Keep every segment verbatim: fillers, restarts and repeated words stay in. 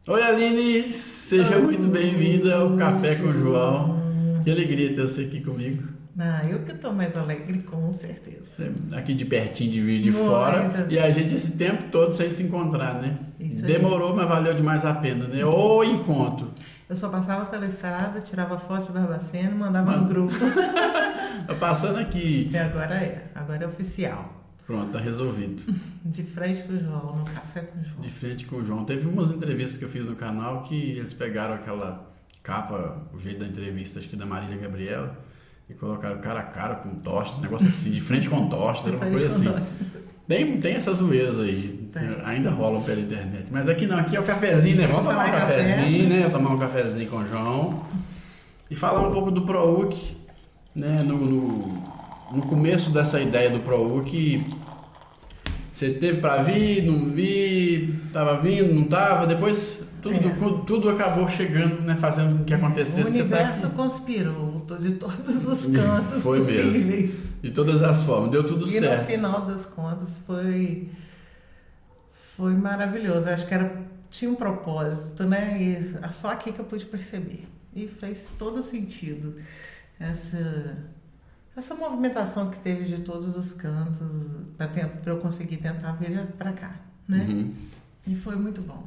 Oi, Aline, seja muito bem-vinda ao Café com o João. Que alegria ter você aqui comigo. Ah, eu que estou mais alegre, com certeza. Aqui de pertinho, de vídeo de fora. E a gente esse tempo todo sem se encontrar, né? Isso Demorou, aí. Mas valeu demais a pena, né? O encontro. Eu só passava pela estrada, tirava foto de Barbacena e mandava Mano. no grupo. Tá passando aqui. E agora é, agora é oficial. Pronto, tá resolvido. De frente com o João, no Café com o João. De frente com o João. Teve umas entrevistas que eu fiz no canal que eles pegaram aquela capa, o jeito da entrevista, acho que da Marília Gabriela, e colocaram cara a cara com tostas, negócio assim, de frente com tostas, era uma coisa assim. Tem, tem essas zoeiras aí, tem. Ainda rolam pela internet. Mas aqui não, aqui é o cafezinho, né? Vamos tomar um cafezinho, né? Tomar um cafezinho com o João e falar um pouco do ProUC, né? No, no, no começo dessa ideia do ProUC, você teve para vir, não vi, tava vindo, não tava, depois tudo, é. tudo acabou chegando, né? Fazendo com que acontecesse. O universo tá conspirou de todos os cantos foi possíveis. Mesmo. De todas as formas, deu tudo e certo. E no final das contas foi, foi maravilhoso. Acho que era, tinha um propósito, né? E só aqui que eu pude perceber. E fez todo sentido essa, essa movimentação que teve de todos os cantos para eu conseguir tentar vir para cá, né? Uhum. E foi muito bom.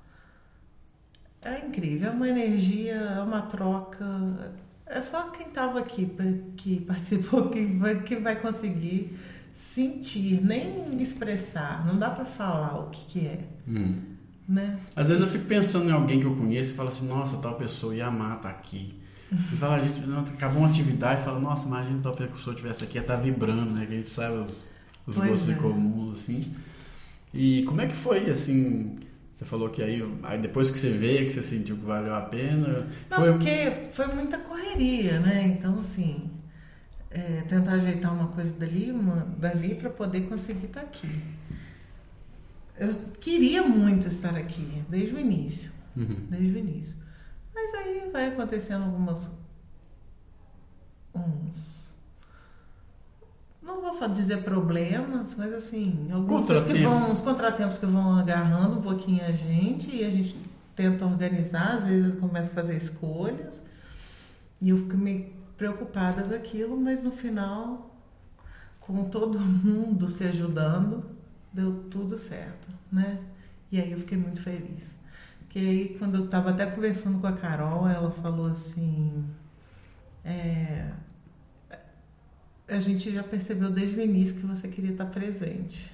É incrível, é uma energia, é uma troca. É só quem estava aqui, que participou, que vai, que vai conseguir sentir, nem expressar. Não dá para falar o que, que é. Hum. Né? Às vezes eu fico pensando em alguém que eu conheço e falo assim, nossa, tal pessoa ia amar estar aqui. E fala, a gente, não, acabou uma atividade e fala, nossa, imagina tal pessoa estivesse aqui, ia estar vibrando, né? Que a gente sabe os, os gostos é. comuns, assim. E como é que foi, assim... Você falou que aí, aí depois que você veio, que você sentiu que valeu a pena... Não, foi... porque foi muita correria, né? Então, assim, é, tentar ajeitar uma coisa dali, uma dali para poder conseguir estar aqui. Eu queria muito estar aqui, desde o início. Uhum. Desde o início. Mas aí vai acontecendo algumas... Uns... Não vou dizer problemas, mas assim, algumas coisas que vão, uns contratempos que vão agarrando um pouquinho a gente e a gente tenta organizar, às vezes começa a fazer escolhas e eu fico meio preocupada com aquilo, mas no final, com todo mundo se ajudando, deu tudo certo, né? E aí eu fiquei muito feliz. Porque aí quando eu estava até conversando com a Carol, ela falou assim... É, a gente já percebeu desde o início que você queria estar presente.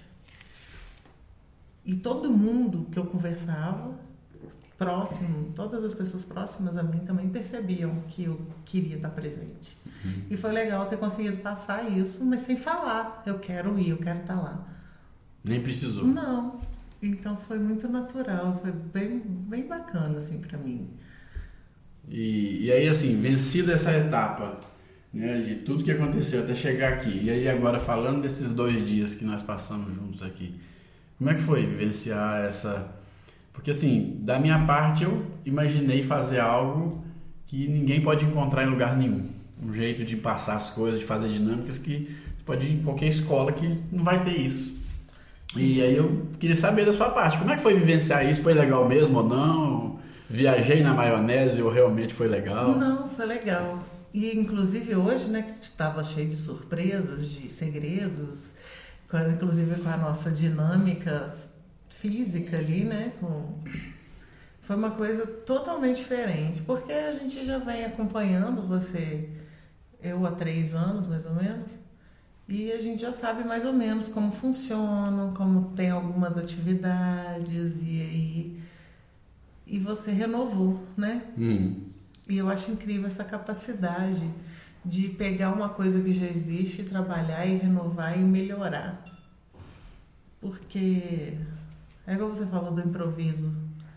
E todo mundo que eu conversava, próximo, todas as pessoas próximas a mim também percebiam que eu queria estar presente. Uhum. E foi legal ter conseguido passar isso, mas sem falar. Eu quero ir, eu quero estar lá. Nem precisou? Não. Então foi muito natural, foi bem, bem bacana assim para mim. E, e aí assim, vencida essa etapa... Né, de tudo que aconteceu até chegar aqui. E aí agora falando desses dois dias que nós passamos juntos aqui, como é que foi vivenciar essa... Porque assim, da minha parte eu imaginei fazer algo que ninguém pode encontrar em lugar nenhum. Um jeito de passar as coisas, de fazer dinâmicas que pode ir em qualquer escola que não vai ter isso. E aí eu queria saber da sua parte, como é que foi vivenciar isso? Foi legal mesmo ou não? Viajei na maionese ou realmente foi legal? Não, foi legal. E, inclusive, hoje, né, que estava cheio de surpresas, de segredos, com, inclusive com a nossa dinâmica física ali, né, com... foi uma coisa totalmente diferente, porque a gente já vem acompanhando você, eu há três anos, mais ou menos, e a gente já sabe mais ou menos como funcionam, como tem algumas atividades, e aí... E você renovou, né? Hum. E eu acho incrível essa capacidade de pegar uma coisa que já existe, trabalhar e renovar e melhorar. Porque, é igual você falou do improviso.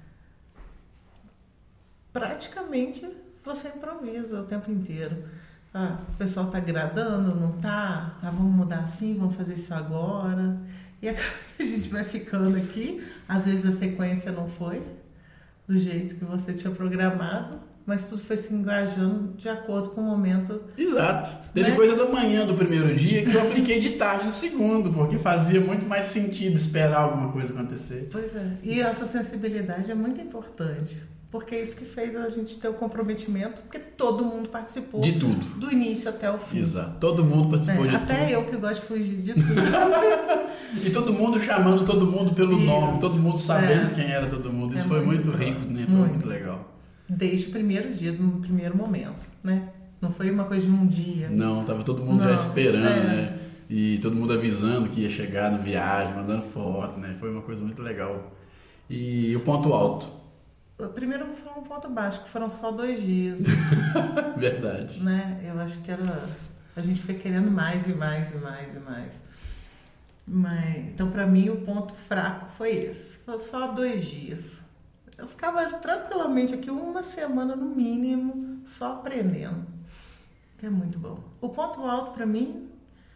Praticamente você improvisa o tempo inteiro. Ah, o pessoal está agradando, não está? Ah, vamos mudar assim, vamos fazer isso agora. E a gente vai ficando aqui. Às vezes a sequência não foi do jeito que você tinha programado. mas tudo foi se engajando de acordo com o momento. Exato. Teve né? coisa da manhã do primeiro dia que eu apliquei de tarde no segundo, porque fazia muito mais sentido esperar alguma coisa acontecer. Pois é. E essa sensibilidade é muito importante. Porque é isso que fez a gente ter o comprometimento, porque todo mundo participou. De tudo. Do início até o fim. Exato. Todo mundo participou é, de até tudo. Até eu que gosto de fugir de tudo. E todo mundo chamando todo mundo pelo isso. nome, todo mundo sabendo é. quem era todo mundo. Isso é foi muito, muito rico, né? Foi muito. muito legal. Desde o primeiro dia, no primeiro momento, né? Não foi uma coisa de um dia. Não, tava todo mundo Não, já esperando, é. né? E todo mundo avisando que ia chegar na viagem, mandando foto, né? Foi uma coisa muito legal. E o ponto alto? Primeiro eu vou falar um ponto baixo, que foram só dois dias. Verdade. Né? Eu acho que era... A gente foi querendo mais e mais e mais e mais. Mas, então, para mim, o ponto fraco foi esse. Foi só dois dias. Eu ficava tranquilamente aqui uma semana no mínimo, só aprendendo. Que é muito bom. O ponto alto para mim...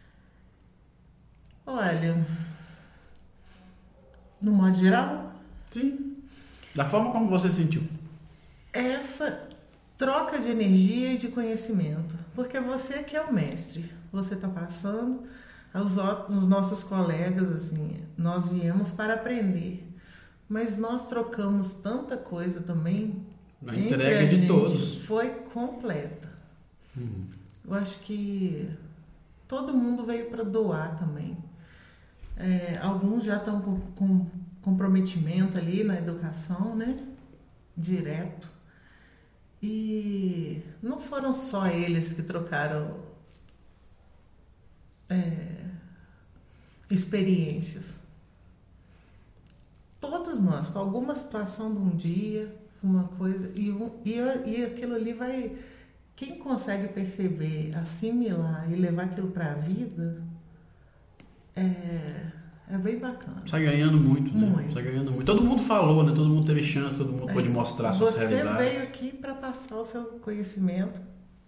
Olha... No modo geral... Sim. Da forma como você sentiu. Essa troca de energia e de conhecimento. Porque você que é o mestre. Você está passando, os, os nossos colegas, assim, nós viemos para aprender. Mas nós trocamos tanta coisa também. A entrega de todos. Foi completa. Uhum. Eu acho que todo mundo veio para doar também. É, alguns já estão com... com comprometimento ali na educação, né? Direto. E não foram só eles que trocaram é, experiências. Todos nós, com alguma situação de um dia, uma coisa, e, um, e, e aquilo ali vai... Quem consegue perceber, assimilar e levar aquilo para a vida, é... É bem bacana. Sai ganhando muito, né? Muito. Sai ganhando muito. Todo mundo falou, né? Todo mundo teve chance, todo mundo é. pôde mostrar suas Você realidades. Você veio aqui para passar o seu conhecimento.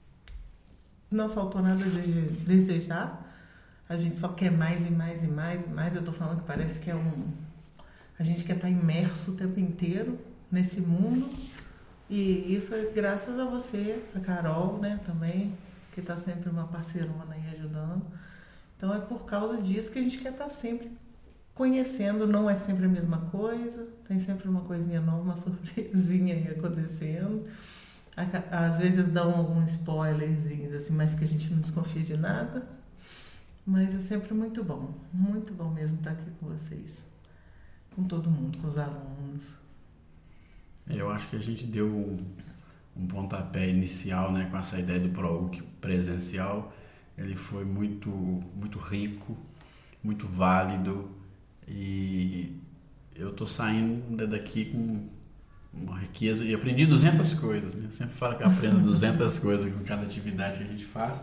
Não faltou nada de desejar. A gente só quer mais e mais e mais e mais. Eu tô falando que parece que é um... A gente quer estar imerso o tempo inteiro nesse mundo. E isso é graças a você, a Carol, né? Também, que tá sempre uma parceirona aí ajudando. Então é por causa disso que a gente quer estar sempre conhecendo, não é sempre a mesma coisa, tem sempre uma coisinha nova, uma surpresinha aí acontecendo. Às vezes dão alguns spoilerzinhos, assim, mas que a gente não desconfia de nada. Mas é sempre muito bom, muito bom mesmo estar aqui com vocês, com todo mundo, com os alunos. Eu acho que a gente deu um, um pontapé inicial, né, com essa ideia do ProUC presencial. Ele foi muito, muito rico, muito válido, e eu tô saindo daqui com uma riqueza, e aprendi duzentas coisas, né? Eu sempre falo que eu aprendo duzentas coisas com cada atividade que a gente faz,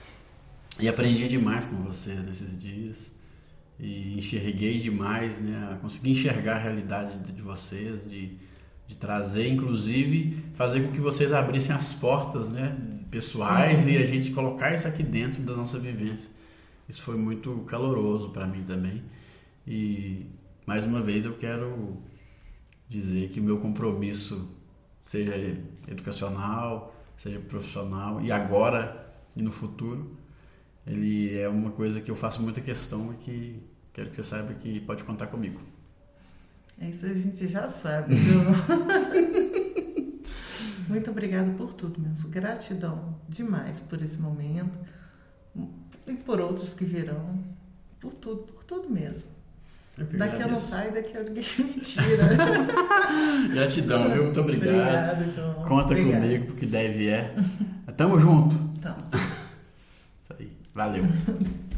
e aprendi demais com vocês nesses dias, e enxerguei demais, né? Consegui enxergar a realidade de vocês, de, de trazer, inclusive, fazer com que vocês abrissem as portas, né, pessoais. Sim. E a gente colocar isso aqui dentro da nossa vivência. Isso foi muito caloroso para mim também. E, mais uma vez, eu quero dizer que meu compromisso, seja educacional, seja profissional, e agora e no futuro, ele é uma coisa que eu faço muita questão e que quero que você saiba que pode contar comigo. Isso a gente já sabe, viu? Muito obrigada por tudo, mesmo. Gratidão demais por esse momento e por outros que virão. Por tudo, por tudo mesmo. Eu daqui agradeço. Eu não saio, daqui eu ninguém me tira. Gratidão, viu? Muito obrigado. Obrigada, João. Conta Obrigada. Comigo, porque deve é. Tamo junto. Então. Isso aí. Valeu.